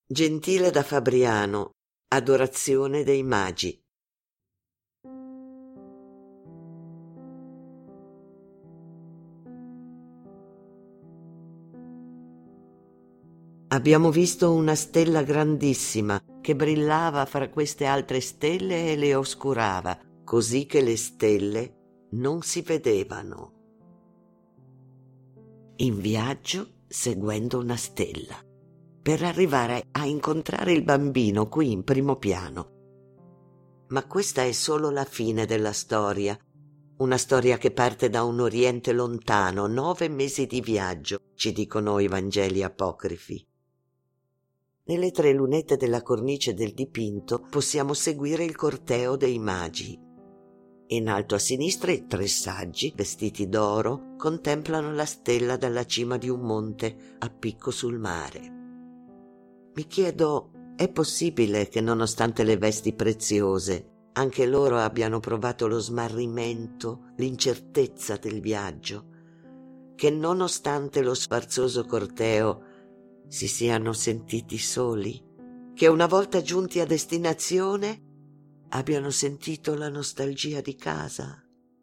Gentile da Fabriano, Adorazione dei Magi. Abbiamo visto una stella grandissima che brillava fra queste altre stelle e le oscurava, così che le stelle non si vedevano. In viaggio seguendo una stella, per arrivare a incontrare il bambino qui in primo piano. Ma questa è solo la fine della storia, una storia che parte da un Oriente lontano, 9 mesi di viaggio, ci dicono i Vangeli apocrifi. Nelle 3 lunette della cornice del dipinto possiamo seguire il corteo dei magi. In alto a sinistra i 3 saggi, vestiti d'oro, contemplano la stella dalla cima di un monte a picco sul mare. Mi chiedo, è possibile che nonostante le vesti preziose, anche loro abbiano provato lo smarrimento, l'incertezza del viaggio? Che nonostante lo sfarzoso corteo si siano sentiti soli? Che una volta giunti a destinazione abbiano sentito la nostalgia di casa?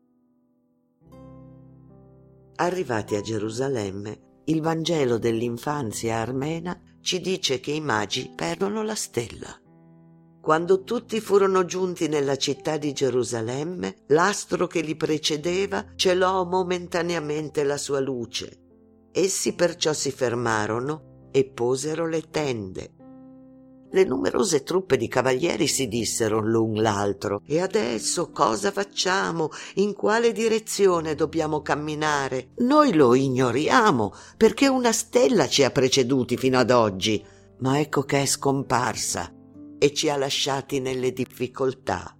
Arrivati a Gerusalemme, il Vangelo dell'infanzia armena ci dice che i magi perdono la stella. Quando tutti furono giunti nella città di Gerusalemme, l'astro che li precedeva celò momentaneamente la sua luce. Essi perciò si fermarono e posero le tende. Le numerose truppe di cavalieri si dissero l'un l'altro: «E adesso cosa facciamo? In quale direzione dobbiamo camminare? Noi lo ignoriamo, perché una stella ci ha preceduti fino ad oggi, ma ecco che è scomparsa e ci ha lasciati nelle difficoltà».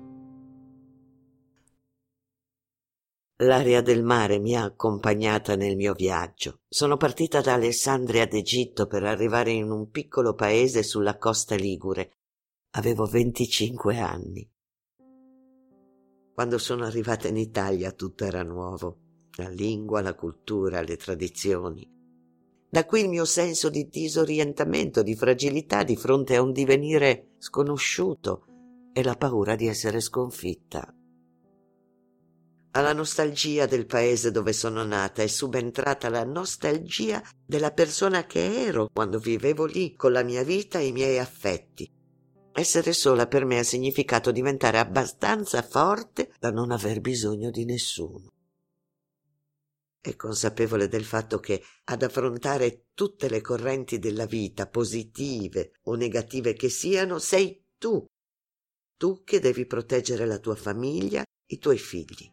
L'aria del mare mi ha accompagnata nel mio viaggio. Sono partita da Alessandria d'Egitto per arrivare in un piccolo paese sulla costa ligure. Avevo 25 anni. Quando sono arrivata in Italia tutto era nuovo. La lingua, la cultura, le tradizioni. Da qui il mio senso di disorientamento, di fragilità di fronte a un divenire sconosciuto e la paura di essere sconfitta. Alla nostalgia del paese dove sono nata è subentrata la nostalgia della persona che ero quando vivevo lì, con la mia vita e i miei affetti. Essere sola per me ha significato diventare abbastanza forte da non aver bisogno di nessuno. E consapevole del fatto che ad affrontare tutte le correnti della vita, positive o negative che siano, sei tu che devi proteggere la tua famiglia, i tuoi figli.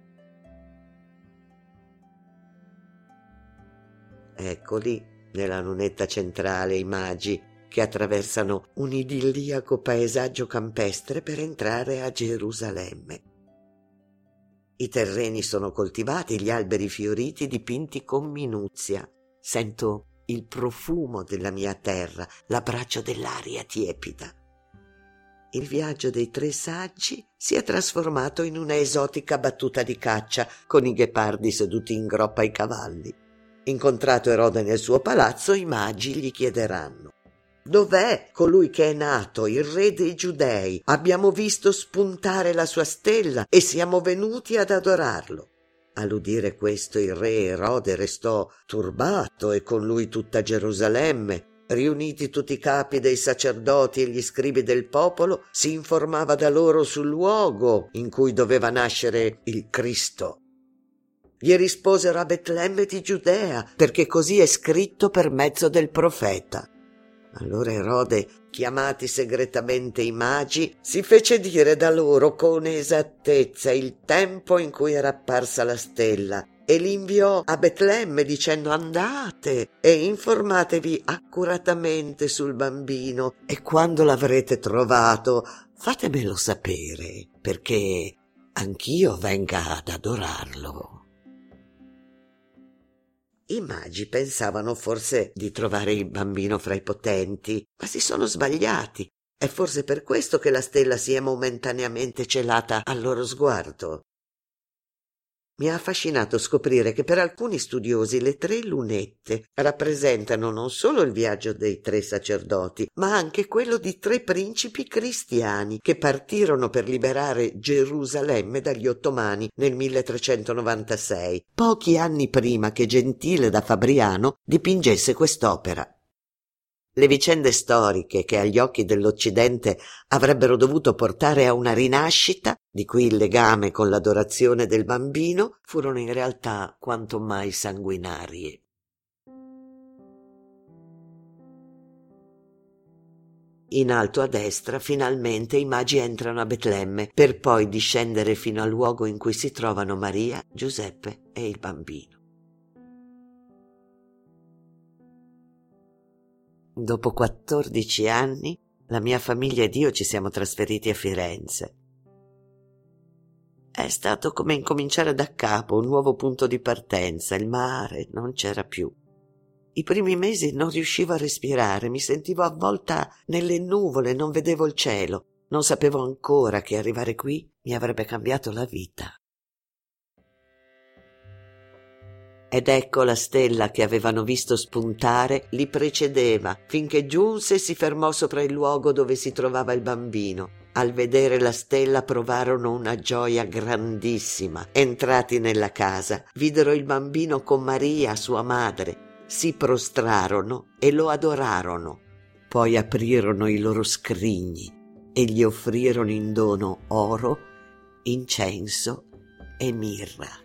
Eccoli, nella lunetta centrale, i magi che attraversano un idilliaco paesaggio campestre per entrare a Gerusalemme. I terreni sono coltivati, gli alberi fioriti dipinti con minuzia. Sento il profumo della mia terra, l'abbraccio dell'aria tiepida. Il viaggio dei 3 saggi si è trasformato in una esotica battuta di caccia con i ghepardi seduti in groppa ai cavalli. Incontrato Erode nel suo palazzo, i magi gli chiederanno: «Dov'è colui che è nato, il re dei Giudei? Abbiamo visto spuntare la sua stella e siamo venuti ad adorarlo». All'udire questo il re Erode restò turbato e con lui tutta Gerusalemme. Riuniti tutti i capi dei sacerdoti e gli scribi del popolo, si informava da loro sul luogo in cui doveva nascere il Cristo. Gli risposero: «A Betlemme di Giudea, perché così è scritto per mezzo del profeta». Allora Erode, chiamati segretamente i magi, si fece dire da loro con esattezza il tempo in cui era apparsa la stella e li inviò a Betlemme dicendo: «Andate e informatevi accuratamente sul bambino e quando l'avrete trovato fatemelo sapere, perché anch'io venga ad adorarlo». I magi pensavano forse di trovare il bambino fra i potenti, ma si sono sbagliati. È forse per questo che la stella si è momentaneamente celata al loro sguardo. Mi ha affascinato scoprire che per alcuni studiosi le 3 lunette rappresentano non solo il viaggio dei 3 sacerdoti, ma anche quello di 3 principi cristiani che partirono per liberare Gerusalemme dagli ottomani nel 1396, pochi anni prima che Gentile da Fabriano dipingesse quest'opera. Le vicende storiche che agli occhi dell'Occidente avrebbero dovuto portare a una rinascita, di cui il legame con l'adorazione del bambino, furono in realtà quanto mai sanguinarie. In alto a destra, finalmente, i magi entrano a Betlemme, per poi discendere fino al luogo in cui si trovano Maria, Giuseppe e il bambino. Dopo 14 anni, la mia famiglia ed io ci siamo trasferiti a Firenze. È stato come incominciare da capo, un nuovo punto di partenza. Il mare non c'era più. I primi mesi non riuscivo a respirare, mi sentivo avvolta nelle nuvole, non vedevo il cielo. Non sapevo ancora che arrivare qui mi avrebbe cambiato la vita. Ed ecco la stella che avevano visto spuntare li precedeva, finché giunse e si fermò sopra il luogo dove si trovava il bambino. Al vedere la stella provarono una gioia grandissima. Entrati nella casa, videro il bambino con Maria, sua madre. Si prostrarono e lo adorarono. Poi aprirono i loro scrigni e gli offrirono in dono oro, incenso e mirra.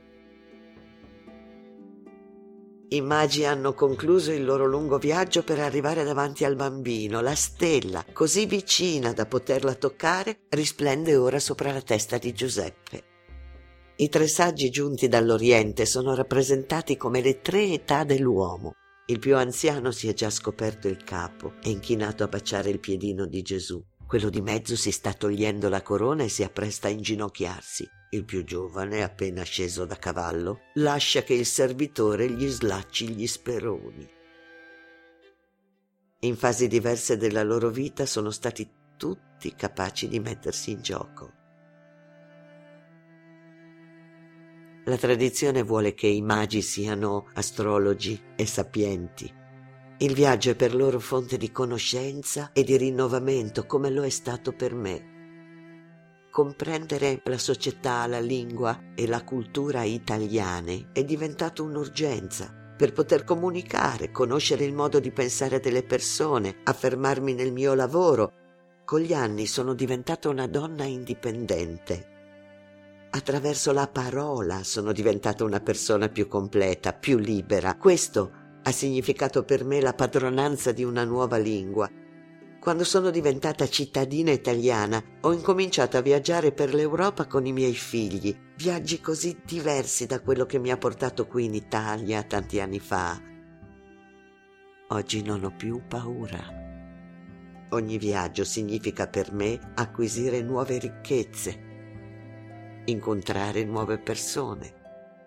I magi hanno concluso il loro lungo viaggio per arrivare davanti al bambino. La stella, così vicina da poterla toccare, risplende ora sopra la testa di Giuseppe. I 3 saggi giunti dall'Oriente sono rappresentati come le 3 età dell'uomo. Il più anziano si è già scoperto il capo e inchinato a baciare il piedino di Gesù. Quello di mezzo si sta togliendo la corona e si appresta a inginocchiarsi. Il più giovane, appena sceso da cavallo, lascia che il servitore gli slacci gli speroni. In fasi diverse della loro vita sono stati tutti capaci di mettersi in gioco. La tradizione vuole che i magi siano astrologi e sapienti. Il viaggio è per loro fonte di conoscenza e di rinnovamento, come lo è stato per me. Comprendere la società, la lingua e la cultura italiane è diventato un'urgenza per poter comunicare, conoscere il modo di pensare delle persone, affermarmi nel mio lavoro. Con gli anni sono diventata una donna indipendente. Attraverso la parola sono diventata una persona più completa, più libera. Questo ha significato per me la padronanza di una nuova lingua. Quando sono diventata cittadina italiana, ho incominciato a viaggiare per l'Europa con i miei figli, viaggi così diversi da quello che mi ha portato qui in Italia tanti anni fa. Oggi non ho più paura. Ogni viaggio significa per me acquisire nuove ricchezze, incontrare nuove persone.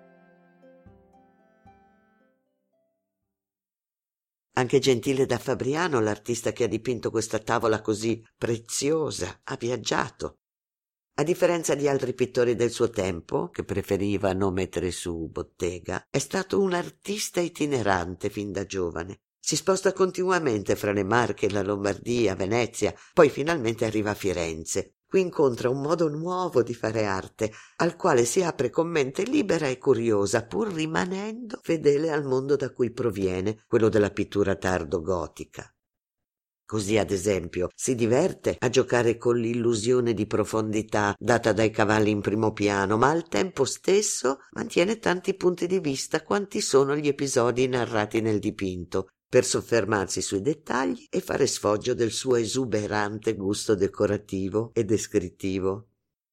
Anche Gentile da Fabriano, l'artista che ha dipinto questa tavola così preziosa, ha viaggiato. A differenza di altri pittori del suo tempo, che preferivano mettere su bottega, è stato un artista itinerante fin da giovane. Si sposta continuamente fra le Marche, la Lombardia, Venezia, poi finalmente arriva a Firenze. Qui incontra un modo nuovo di fare arte, al quale si apre con mente libera e curiosa, pur rimanendo fedele al mondo da cui proviene, quello della pittura tardo-gotica. Così, ad esempio, si diverte a giocare con l'illusione di profondità data dai cavalli in primo piano, ma al tempo stesso mantiene tanti punti di vista quanti sono gli episodi narrati nel dipinto, per soffermarsi sui dettagli e fare sfoggio del suo esuberante gusto decorativo e descrittivo.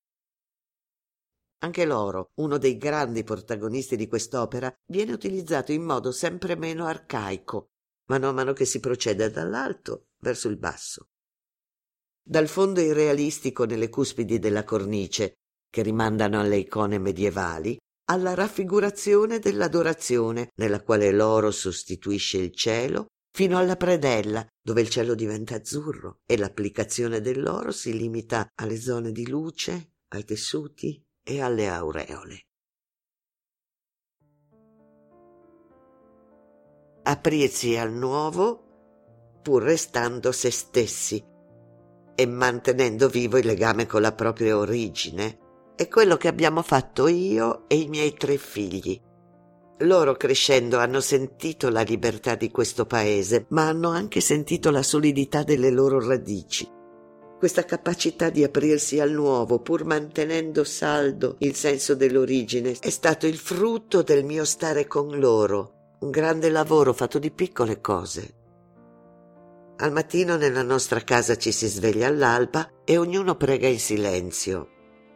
Anche l'oro, uno dei grandi protagonisti di quest'opera, viene utilizzato in modo sempre meno arcaico, mano a mano che si procede dall'alto verso il basso. Dal fondo irrealistico nelle cuspidi della cornice, che rimandano alle icone medievali, alla raffigurazione dell'adorazione, nella quale l'oro sostituisce il cielo, fino alla predella, dove il cielo diventa azzurro e l'applicazione dell'oro si limita alle zone di luce, ai tessuti e alle aureole. aprirsi al nuovo pur restando se stessi e mantenendo vivo il legame con la propria origine. È quello che abbiamo fatto io e i miei 3 figli. Loro crescendo hanno sentito la libertà di questo paese, ma hanno anche sentito la solidità delle loro radici. Questa capacità di aprirsi al nuovo, pur mantenendo saldo il senso dell'origine, è stato il frutto del mio stare con loro, un grande lavoro fatto di piccole cose. Al mattino nella nostra casa ci si sveglia all'alba e ognuno prega in silenzio.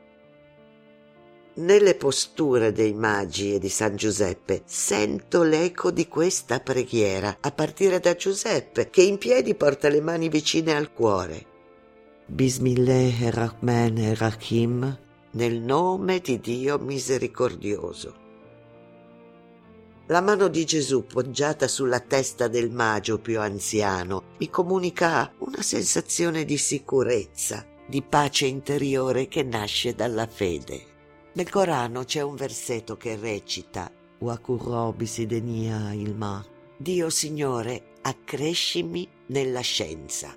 Nelle posture dei Magi e di San Giuseppe sento l'eco di questa preghiera, a partire da Giuseppe, che in piedi porta le mani vicine al cuore. Bismillahirrahmanirrahim, nel nome di Dio misericordioso. La mano di Gesù poggiata sulla testa del magio più anziano mi comunica una sensazione di sicurezza, di pace interiore che nasce dalla fede. Nel Corano c'è un versetto che recita Dio Signore, accrescimi nella scienza.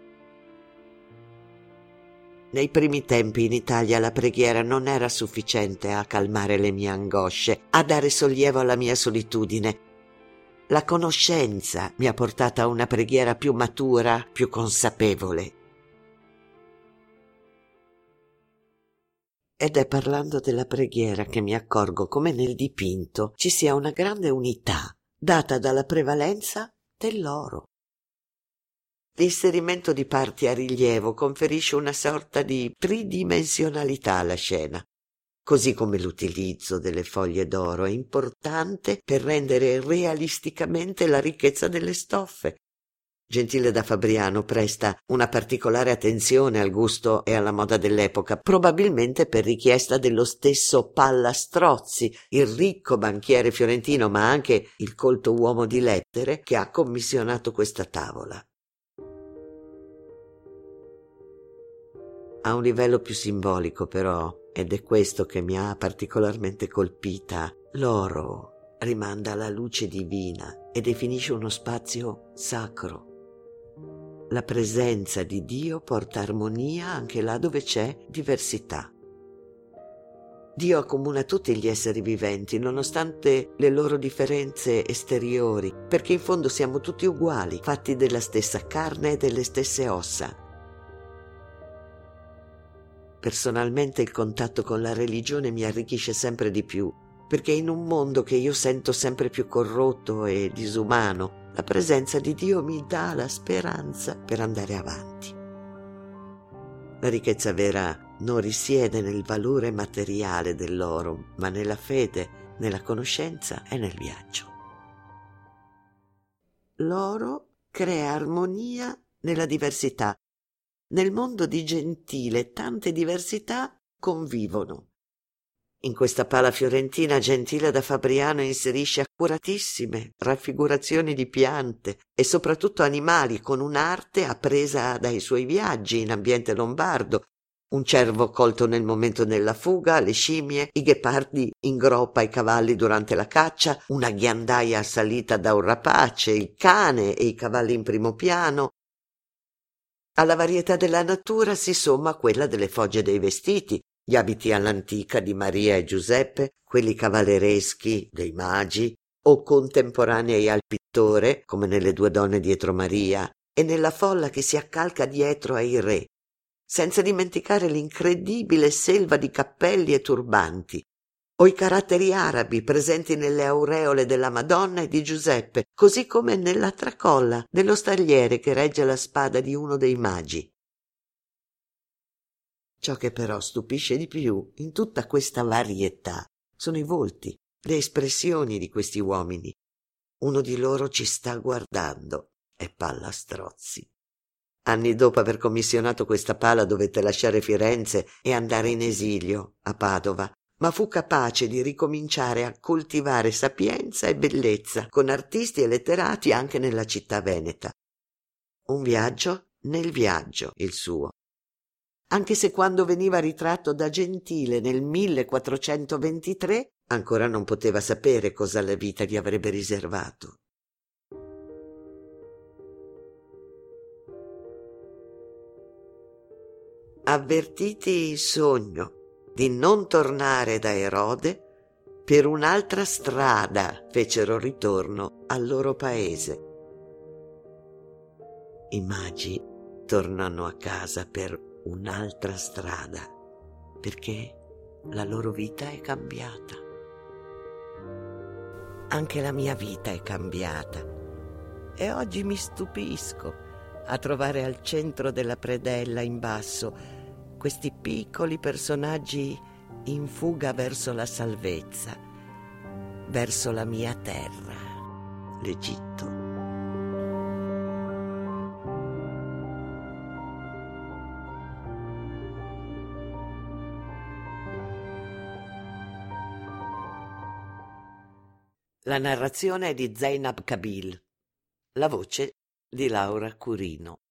Nei primi tempi in Italia la preghiera non era sufficiente a calmare le mie angosce, a dare sollievo alla mia solitudine. La conoscenza mi ha portata a una preghiera più matura, più consapevole. Ed è parlando della preghiera che mi accorgo come nel dipinto ci sia una grande unità data dalla prevalenza dell'oro. L'inserimento di parti a rilievo conferisce una sorta di tridimensionalità alla scena, così come l'utilizzo delle foglie d'oro è importante per rendere realisticamente la ricchezza delle stoffe. Gentile da Fabriano presta una particolare attenzione al gusto e alla moda dell'epoca, probabilmente per richiesta dello stesso Palla Strozzi, il ricco banchiere fiorentino ma anche il colto uomo di lettere che ha commissionato questa tavola. A un livello più simbolico però, ed è questo che mi ha particolarmente colpita, l'oro rimanda alla luce divina e definisce uno spazio sacro. La presenza di Dio porta armonia anche là dove c'è diversità. Dio accomuna tutti gli esseri viventi, nonostante le loro differenze esteriori, perché in fondo siamo tutti uguali, fatti della stessa carne e delle stesse ossa. Personalmente il contatto con la religione mi arricchisce sempre di più, perché in un mondo che io sento sempre più corrotto e disumano, la presenza di Dio mi dà la speranza per andare avanti. La ricchezza vera non risiede nel valore materiale dell'oro, ma nella fede, nella conoscenza e nel viaggio. L'oro crea armonia nella diversità. Nel mondo di Gentile tante diversità convivono. In questa pala fiorentina Gentile da Fabriano inserisce accuratissime raffigurazioni di piante e soprattutto animali con un'arte appresa dai suoi viaggi in ambiente lombardo. Un cervo colto nel momento della fuga, le scimmie, i ghepardi in groppa ai cavalli durante la caccia, una ghiandaia assalita da un rapace, il cane e i cavalli in primo piano. Alla varietà della natura si somma quella delle fogge dei vestiti, gli abiti all'antica di Maria e Giuseppe, quelli cavallereschi dei Magi, o contemporanei al pittore, come nelle 2 donne dietro Maria, e nella folla che si accalca dietro ai re, senza dimenticare l'incredibile selva di cappelli e turbanti, o i caratteri arabi presenti nelle aureole della Madonna e di Giuseppe, così come nella tracolla dello stagliere che regge la spada di uno dei Magi. Ciò che però stupisce di più in tutta questa varietà sono i volti, le espressioni di questi uomini. Uno di loro ci sta guardando, è Palla Strozzi. Anni dopo aver commissionato questa pala dovette lasciare Firenze e andare in esilio a Padova, ma fu capace di ricominciare a coltivare sapienza e bellezza con artisti e letterati anche nella città veneta. Un viaggio nel viaggio il suo. Anche se quando veniva ritratto da Gentile nel 1423 ancora non poteva sapere cosa la vita gli avrebbe riservato. avvertiti sogno di non tornare da Erode, per un'altra strada fecero ritorno al loro paese. I magi tornano a casa per un'altra strada, perché la loro vita è cambiata. Anche la mia vita è cambiata e oggi mi stupisco a trovare al centro della predella in basso questi piccoli personaggi in fuga verso la salvezza, verso la mia terra, l'Egitto. La narrazione è di Zeinab Kabil, la voce di Laura Curino.